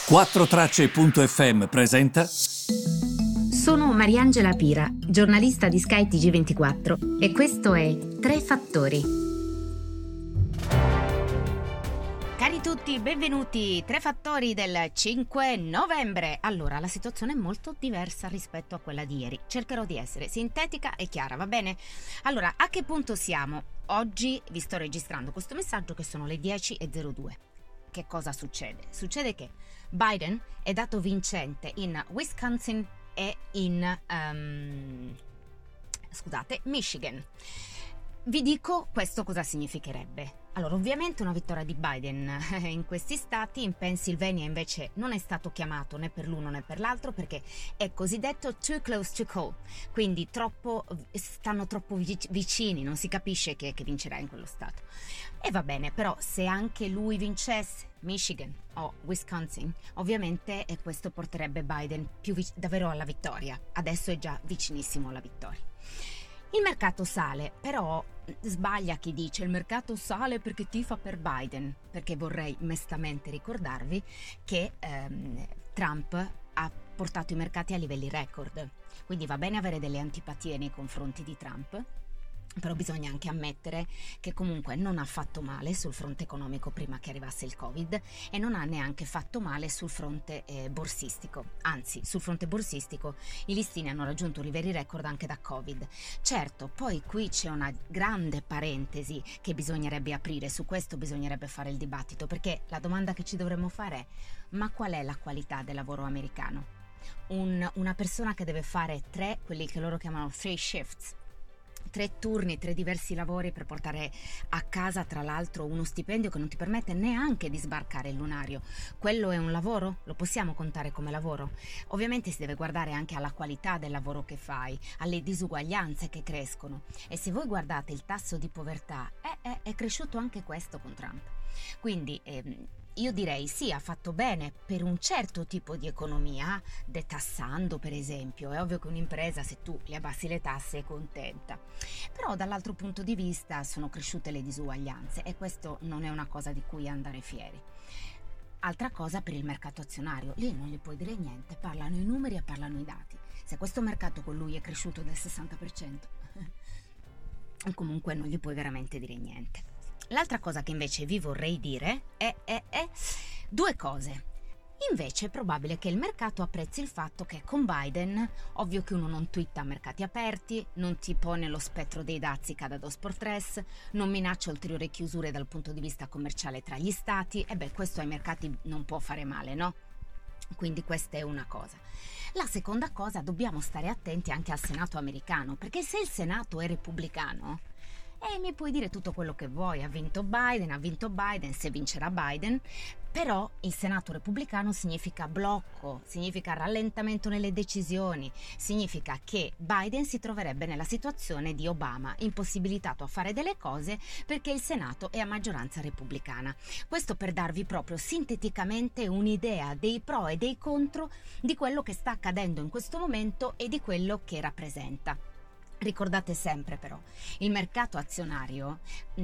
4Tracce.fm presenta. Sono Mariangela Pira, giornalista di Sky TG24 e questo è Tre Fattori. Cari tutti, benvenuti. Tre Fattori del 5 novembre. Allora, la situazione è molto diversa rispetto a quella di ieri. Cercherò di essere sintetica e chiara, va bene? Allora, a che punto siamo? Oggi vi sto registrando questo messaggio che sono le 10:02. Che cosa succede? Succede che Biden è dato vincente in Wisconsin e in Michigan. Vi dico questo cosa significherebbe. Allora, ovviamente una vittoria di Biden in questi stati. In Pennsylvania invece non è stato chiamato né per l'uno né per l'altro perché è cosiddetto too close to call, quindi stanno troppo vicini, non si capisce chi vincerà in quello stato. E va bene, però se anche lui vincesse Michigan o Wisconsin, ovviamente questo porterebbe Biden davvero alla vittoria. Adesso è già vicinissimo alla vittoria. Il mercato sale, però sbaglia chi dice il mercato sale perché tifa per Biden, perché vorrei mestamente ricordarvi che Trump ha portato i mercati a livelli record, quindi va bene avere delle antipatie nei confronti di Trump, però bisogna anche ammettere che comunque non ha fatto male sul fronte economico prima che arrivasse il Covid e non ha neanche fatto male sul fronte borsistico. Anzi, sul fronte borsistico i listini hanno raggiunto livelli record anche da Covid. Certo, poi qui c'è una grande parentesi che bisognerebbe aprire, su questo bisognerebbe fare il dibattito, perché la domanda che ci dovremmo fare è: ma qual è la qualità del lavoro americano? Una persona che deve fare quelli che loro chiamano 3 shifts, 3 turni, 3 diversi lavori per portare a casa tra l'altro uno stipendio che non ti permette neanche di sbarcare il lunario. Quello è un lavoro? Lo possiamo contare come lavoro? Ovviamente si deve guardare anche alla qualità del lavoro che fai, alle disuguaglianze che crescono, e se voi guardate il tasso di povertà è cresciuto anche questo con Trump. Quindi io direi sì, ha fatto bene per un certo tipo di economia, detassando per esempio. È ovvio che un'impresa, se tu le abbassi le tasse, è contenta, però dall'altro punto di vista sono cresciute le disuguaglianze e questo non è una cosa di cui andare fieri. Altra cosa per il mercato azionario, lì non gli puoi dire niente, parlano i numeri e parlano i dati. Se questo mercato con lui è cresciuto del 60%, comunque non gli puoi veramente dire niente. L'altra cosa che invece vi vorrei dire è 2 cose. Invece è probabile che il mercato apprezzi il fatto che con Biden, ovvio che uno non twitta a mercati aperti, non ti pone lo spettro dei dazi cada dos por tres, non minaccia ulteriori chiusure dal punto di vista commerciale tra gli stati, e questo ai mercati non può fare male, no? Quindi questa è una cosa. La seconda cosa, dobbiamo stare attenti anche al Senato americano, perché se il Senato è repubblicano, mi puoi dire tutto quello che vuoi, ha vinto Biden, se vincerà Biden, però il Senato repubblicano significa blocco, significa rallentamento nelle decisioni, significa che Biden si troverebbe nella situazione di Obama, impossibilitato a fare delle cose perché il Senato è a maggioranza repubblicana. Questo per darvi proprio sinteticamente un'idea dei pro e dei contro di quello che sta accadendo in questo momento e di quello che rappresenta. Ricordate sempre però, il mercato azionario,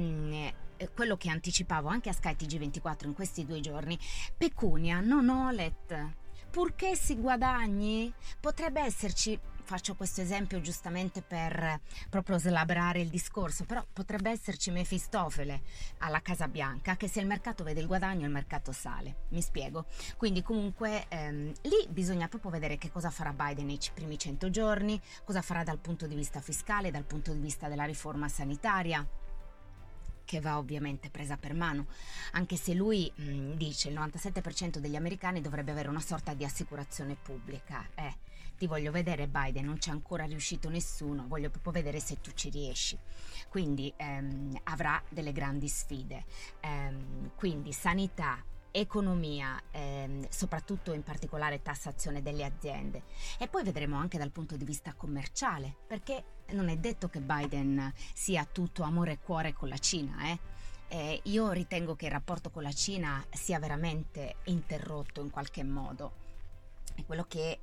quello che anticipavo anche a Sky TG24 in questi 2 giorni, pecunia non olet, purché si guadagni. Potrebbe esserci, faccio questo esempio giustamente per proprio slabrare il discorso, però potrebbe esserci Mefistofele alla Casa Bianca che se il mercato vede il guadagno il mercato sale, mi spiego. Quindi comunque lì bisogna proprio vedere che cosa farà Biden nei primi 100 giorni, cosa farà dal punto di vista fiscale, dal punto di vista della riforma sanitaria, che va ovviamente presa per mano, anche se lui dice il 97% degli americani dovrebbe avere una sorta di assicurazione pubblica. Ti voglio vedere Biden, non c'è ancora riuscito nessuno, voglio proprio vedere se tu ci riesci. Quindi avrà delle grandi sfide, quindi sanità, economia, soprattutto in particolare tassazione delle aziende, e poi vedremo anche dal punto di vista commerciale, perché non è detto che Biden sia tutto amore e cuore con la Cina. Io ritengo che il rapporto con la Cina sia veramente interrotto in qualche modo. È quello che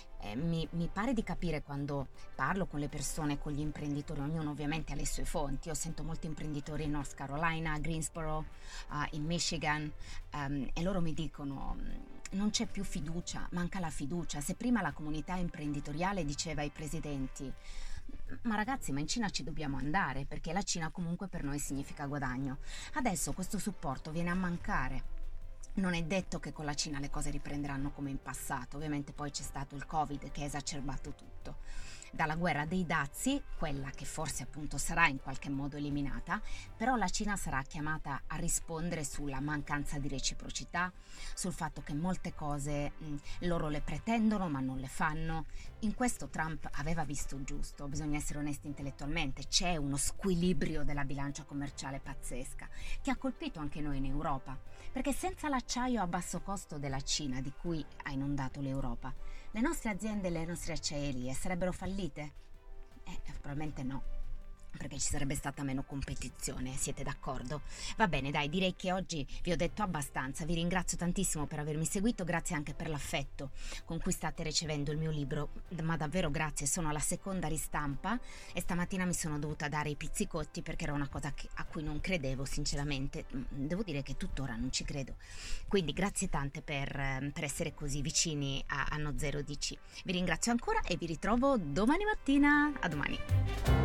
mi pare di capire quando parlo con le persone, con gli imprenditori. Ognuno ovviamente ha le sue fonti. Io sento molti imprenditori in North Carolina, Greensboro, in Michigan, e loro mi dicono non c'è più fiducia, manca la fiducia. Se prima la comunità imprenditoriale diceva ai presidenti: ma ragazzi, ma in Cina ci dobbiamo andare, perché la Cina comunque per noi significa guadagno. Adesso questo supporto viene a mancare. Non è detto che con la Cina le cose riprenderanno come in passato, ovviamente poi c'è stato il Covid che ha esacerbato tutto. Dalla guerra dei dazi, quella che forse appunto sarà in qualche modo eliminata, però la Cina sarà chiamata a rispondere sulla mancanza di reciprocità, sul fatto che molte cose loro le pretendono ma non le fanno. In questo Trump aveva visto giusto, bisogna essere onesti intellettualmente, c'è uno squilibrio della bilancia commerciale pazzesca che ha colpito anche noi in Europa, perché senza l'acciaio a basso costo della Cina, di cui ha inondato l'Europa, le nostre aziende e le nostre acciaierie sarebbero fallite? Probabilmente no, perché ci sarebbe stata meno competizione, siete d'accordo? Va bene, dai, direi che oggi vi ho detto abbastanza, vi ringrazio tantissimo per avermi seguito, grazie anche per l'affetto con cui state ricevendo il mio libro, ma davvero grazie, sono alla seconda ristampa e stamattina mi sono dovuta dare i pizzicotti perché era una cosa a cui non credevo sinceramente, devo dire che tuttora non ci credo, quindi grazie tante per essere così vicini a No Zero DC. Vi ringrazio ancora e vi ritrovo domani mattina, a domani.